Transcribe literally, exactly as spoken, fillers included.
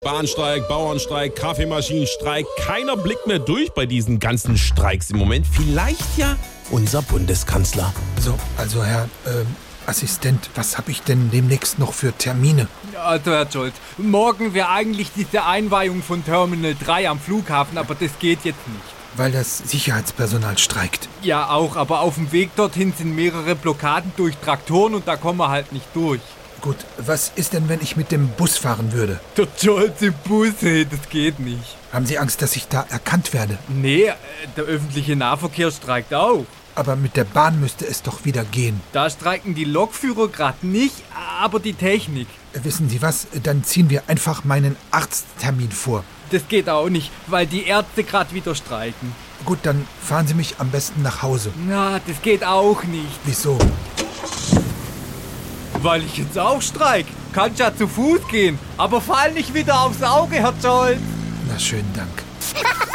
Bahnstreik, Bauernstreik, Kaffeemaschinenstreik. Keiner blickt mehr durch bei diesen ganzen Streiks im Moment. Vielleicht ja unser Bundeskanzler. So, also Herr ähm, Assistent, was habe ich denn demnächst noch für Termine? Also Herr Scholz, morgen wäre eigentlich diese Einweihung von Terminal drei am Flughafen, aber das geht jetzt nicht. Weil das Sicherheitspersonal streikt. Ja auch, aber auf dem Weg dorthin sind mehrere Blockaden durch Traktoren und da kommen wir halt nicht durch. Gut, was ist denn, wenn ich mit dem Bus fahren würde? Der Scholz im Bus, hey, das geht nicht. Haben Sie Angst, dass ich da erkannt werde? Nee, der öffentliche Nahverkehr streikt auch. Aber mit der Bahn müsste es doch wieder gehen. Da streiken die Lokführer gerade nicht, aber die Technik. Wissen Sie was? Dann ziehen wir einfach meinen Arzttermin vor. Das geht auch nicht, weil die Ärzte gerade wieder streiken. Gut, dann fahren Sie mich am besten nach Hause. Na, das geht auch nicht. Wieso? Weil ich jetzt auch streik. Kannst ja zu Fuß gehen, aber fall nicht wieder aufs Auge, Herr Scholz. Na, schönen Dank.